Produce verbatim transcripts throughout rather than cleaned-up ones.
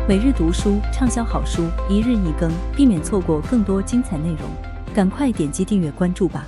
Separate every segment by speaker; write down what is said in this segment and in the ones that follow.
Speaker 1: 每日读书畅销好书，一日一更，避免错过更多精彩内容。赶快点击订阅关注吧。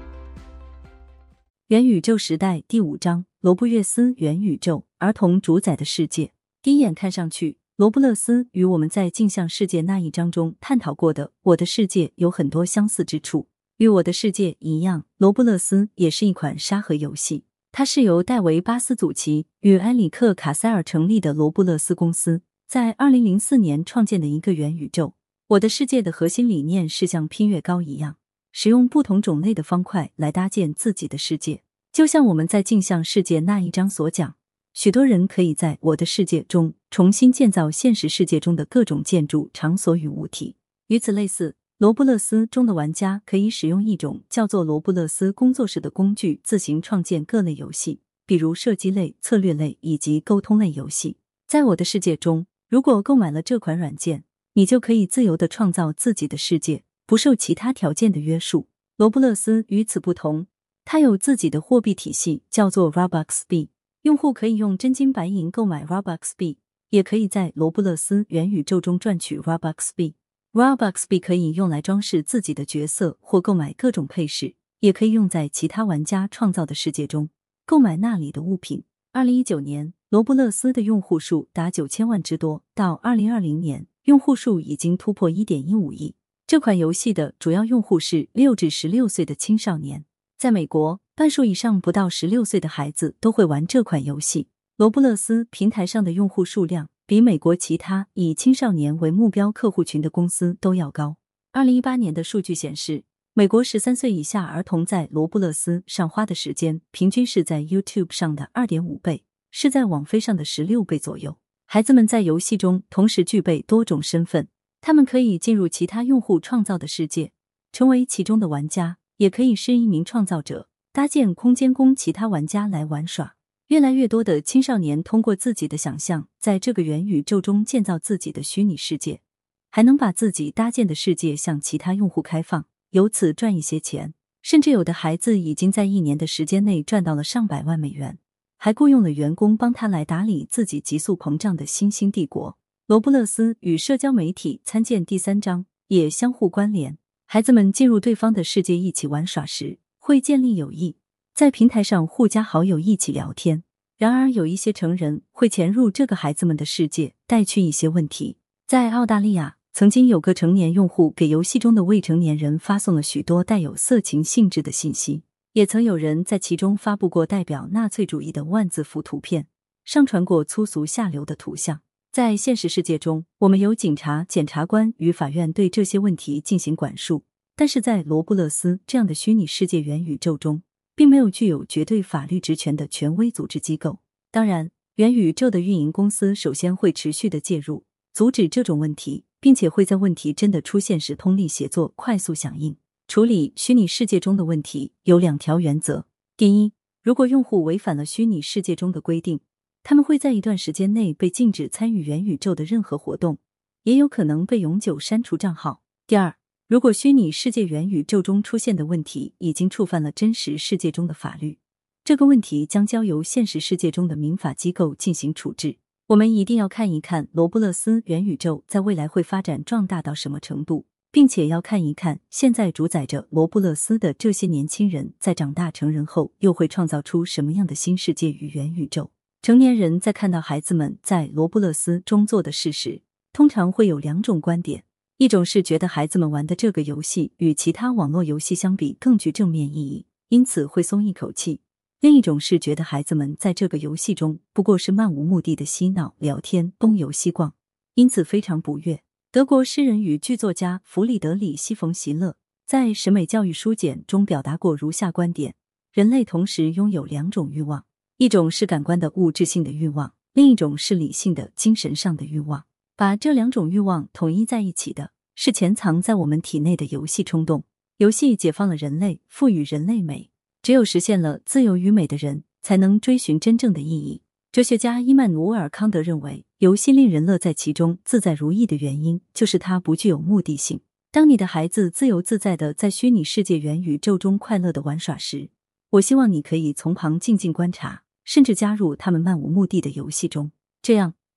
Speaker 1: 元宇宙时代第五章，罗布略斯元宇宙，儿童主宰的世界。第一眼看上去，罗布勒斯与我们在镜像世界那一章中探讨过的我的世界有很多相似之处。与我的世界一样，罗布勒斯也是一款沙盒游戏。它是由戴维·巴斯祖奇与埃里克·卡塞尔成立的罗布勒斯公司在二零零四年创建的一个元宇宙。我的世界的核心理念是像拼乐高一样，使用不同种类的方块来搭建自己的世界。就像我们在镜像世界那一章所讲，许多人可以在我的世界中重新建造现实世界中的各种建筑、场所与物体。与此类似，罗布勒斯中的玩家可以使用一种叫做罗布勒斯工作室的工具自行创建各类游戏，比如射击类、策略类以及沟通类游戏。在我的世界中，如果购买了这款软件，你就可以自由地创造自己的世界，不受其他条件的约束。罗布勒斯与此不同，它有自己的货币体系，叫做 Robux 币。用户可以用真金白银购买 Robux 币，也可以在罗布勒斯元宇宙中赚取 Robux 币。Robux 币可以用来装饰自己的角色或购买各种配饰，也可以用在其他玩家创造的世界中，购买那里的物品。二零一九年，罗布勒斯的用户数达九千万之多，到二零二零年，用户数已经突破 一点一五亿。这款游戏的主要用户是六至十六岁的青少年。在美国，半数以上不到十六岁的孩子都会玩这款游戏。罗布勒斯平台上的用户数量比美国其他以青少年为目标客户群的公司都要高。二零一八年的数据显示，美国十三岁以下儿童在罗布勒斯上花的时间平均是在 YouTube 上的 二点五倍，是在网飞上的十六倍左右。孩子们在游戏中同时具备多种身份，他们可以进入其他用户创造的世界，成为其中的玩家，也可以是一名创造者，搭建空间供其他玩家来玩耍。越来越多的青少年通过自己的想象，在这个元宇宙中建造自己的虚拟世界，还能把自己搭建的世界向其他用户开放，由此赚一些钱。甚至有的孩子已经在一年的时间内赚到了上百万美元，还雇佣了员工帮他来打理自己急速膨胀的新兴帝国。罗布勒斯与社交媒体参见第三章也相互关联。孩子们进入对方的世界一起玩耍时，会建立友谊，在平台上互加好友一起聊天。然而有一些成人会潜入这个孩子们的世界，带去一些问题。在澳大利亚，曾经有个成年用户给游戏中的未成年人发送了许多带有色情性质的信息，也曾有人在其中发布过代表纳粹主义的万字符图片，上传过粗俗下流的图像。在现实世界中，我们有警察、检察官与法院对这些问题进行管束，但是在罗布勒斯这样的虚拟世界元宇宙中，并没有具有绝对法律职权的权威组织机构。当然，元宇宙的运营公司首先会持续的介入，阻止这种问题，并且会在问题真的出现时通力协作，快速响应。处理虚拟世界中的问题有两条原则。第一，如果用户违反了虚拟世界中的规定，他们会在一段时间内被禁止参与元宇宙的任何活动，也有可能被永久删除账号。第二，如果虚拟世界元宇宙中出现的问题已经触犯了真实世界中的法律，这个问题将交由现实世界中的民法机构进行处置。我们一定要看一看罗布勒斯元宇宙在未来会发展壮大到什么程度，并且要看一看现在主宰着罗布勒斯的这些年轻人在长大成人后又会创造出什么样的新世界与元宇宙。成年人在看到孩子们在罗布勒斯中做的事时，通常会有两种观点。一种是觉得孩子们玩的这个游戏与其他网络游戏相比更具正面意义，因此会松一口气。另一种是觉得孩子们在这个游戏中不过是漫无目的的嬉闹、聊天、东游西逛，因此非常不悦。德国诗人与剧作家弗里德里希·冯·席勒在《审美教育书简》中表达过如下观点：人类同时拥有两种欲望，一种是感官的物质性的欲望，另一种是理性的精神上的欲望。把这两种欲望统一在一起的是潜藏在我们体内的游戏冲动。游戏解放了人类，赋予人类美。只有实现了自由与美的人，才能追寻真正的意义。哲学家伊曼努尔·康德认为，游戏令人乐在其中、自在如意的原因，就是它不具有目的性。当你的孩子自由自在地在虚拟世界元宇宙中快乐地玩耍时，我希望你可以从旁静静观察，甚至加入他们漫无目的的游戏中。这样，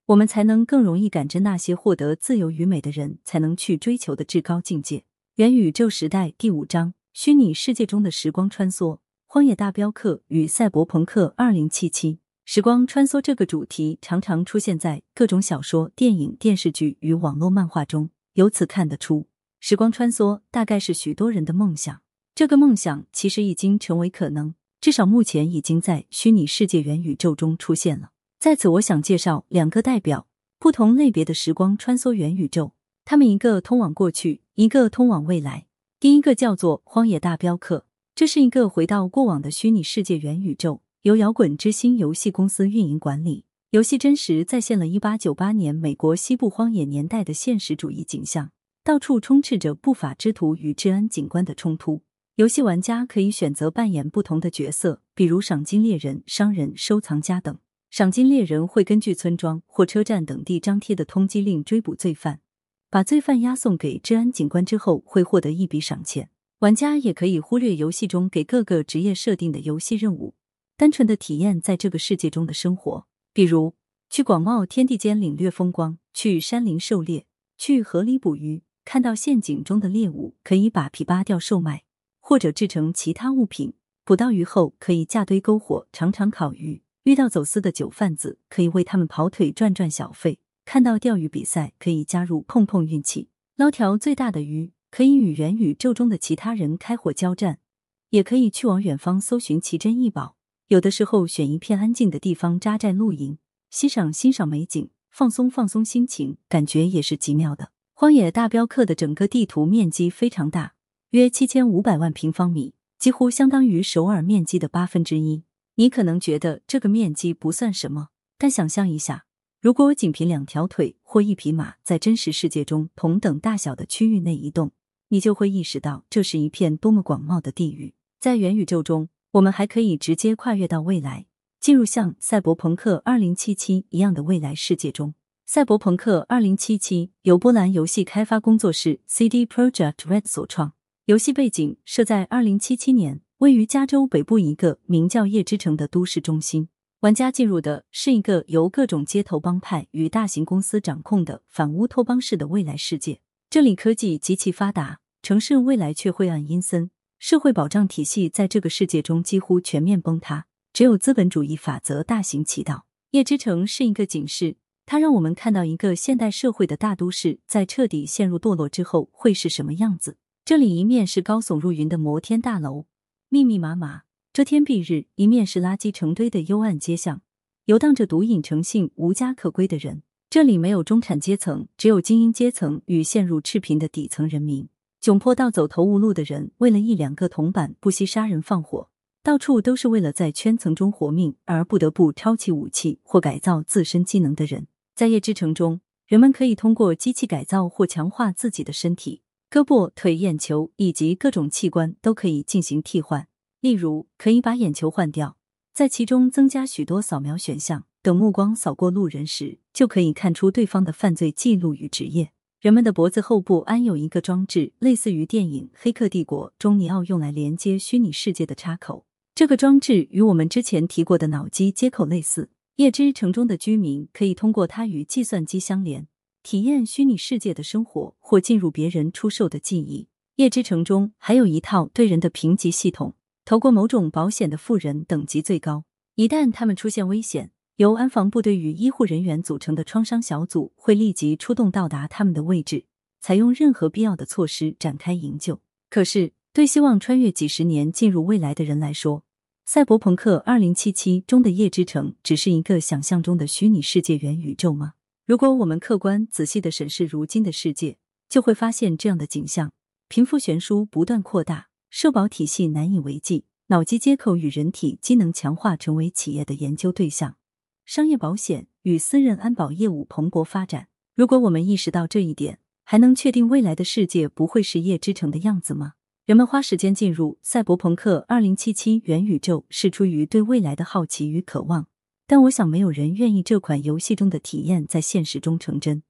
Speaker 1: 我们才能更容易感知那些获得自由与美的人才能去追求的至高境界。元宇宙时代第五章：虚拟世界中的时光穿梭。荒野大镖客与赛博朋克二零七七。时光穿梭这个主题常常出现在各种小说、电影、电视剧与网络漫画中，由此看得出，时光穿梭大概是许多人的梦想。这个梦想其实已经成为可能，至少目前已经在虚拟世界元宇宙中出现了。在此我想介绍两个代表不同类别的时光穿梭元宇宙，它们一个通往过去，一个通往未来。第一个叫做荒野大镖客，这是一个回到过往的虚拟世界元宇宙，由摇滚之星游戏公司运营管理。游戏真实再现了一八九八年美国西部荒野年代的现实主义景象，到处充斥着不法之徒与治安警官的冲突。游戏玩家可以选择扮演不同的角色，比如赏金猎人、商人、收藏家等。赏金猎人会根据村庄或车站等地张贴的通缉令追捕罪犯，把罪犯押送给治安警官之后会获得一笔赏钱。玩家也可以忽略游戏中给各个职业设定的游戏任务，单纯的体验在这个世界中的生活，比如去广袤天地间领略风光，去山林狩猎，去河里捕鱼，看到陷阱中的猎物可以把皮扒掉售卖，或者制成其他物品。捕到鱼后可以架堆篝火尝尝烤鱼，遇到走私的酒贩子可以为他们跑腿赚赚小费，看到钓鱼比赛可以加入碰碰运气，捞条最大的鱼可以与元宇宙中的其他人开火交战，也可以去往远方搜寻奇珍异宝。有的时候选一片安静的地方扎寨露营，欣赏欣赏美景，放松放松心情，感觉也是极妙的。荒野大镖客的整个地图面积非常大，约七千五百万平方米，几乎相当于首尔面积的八分之一。你可能觉得这个面积不算什么，但想象一下，如果仅凭两条腿或一匹马在真实世界中同等大小的区域内移动，你就会意识到这是一片多么广袤的地域。在元宇宙中，我们还可以直接跨越到未来，进入像赛博朋克二零七七一样的未来世界中。赛博朋克二零七七由波兰游戏开发工作室 C D Projekt Red 所创，游戏背景设在二零七七年，位于加州北部一个名叫夜之城的都市中心。玩家进入的是一个由各种街头帮派与大型公司掌控的反乌托邦式的未来世界。这里科技极其发达，城市未来却晦暗阴森，社会保障体系在这个世界中几乎全面崩塌，只有资本主义法则大行其道。夜之城是一个警示，它让我们看到一个现代社会的大都市在彻底陷入堕落之后会是什么样子。这里一面是高耸入云的摩天大楼，密密麻麻，遮天蔽日；一面是垃圾成堆的幽暗街巷，游荡着毒瘾成性、无家可归的人。这里没有中产阶层，只有精英阶层与陷入赤贫的底层人民。窘迫到走投无路的人，为了一两个铜板不惜杀人放火，到处都是为了在圈层中活命而不得不抄起武器或改造自身技能的人。在夜之城中，人们可以通过机器改造或强化自己的身体，胳膊、腿、眼球以及各种器官都可以进行替换。例如，可以把眼球换掉，在其中增加许多扫描选项，等目光扫过路人时，就可以看出对方的犯罪记录与职业。人们的脖子后部安有一个装置，类似于电影《黑客帝国》中尼奥用来连接虚拟世界的插口。这个装置与我们之前提过的脑机接口类似。夜之城中的居民可以通过它与计算机相连，体验虚拟世界的生活，或进入别人出售的记忆。夜之城中还有一套对人的评级系统，投过某种保险的富人等级最高，一旦他们出现危险，由安防部队与医护人员组成的创伤小组会立即出动到达他们的位置，采用任何必要的措施展开营救。可是，对希望穿越几十年进入未来的人来说，赛博朋克二零七七中的夜之城只是一个想象中的虚拟世界元宇宙吗？如果我们客观仔细地审视如今的世界，就会发现这样的景象：贫富悬殊不断扩大，社保体系难以为继，脑机接口与人体机能强化成为企业的研究对象，商业保险与私人安保业务蓬勃发展。如果我们意识到这一点，还能确定未来的世界不会是夜之城的样子吗？人们花时间进入赛博朋克二零七七元宇宙是出于对未来的好奇与渴望，但我想没有人愿意这款游戏中的体验在现实中成真。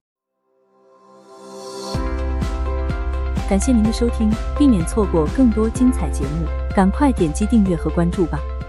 Speaker 1: 感谢您的收听，避免错过更多精彩节目，赶快点击订阅和关注吧。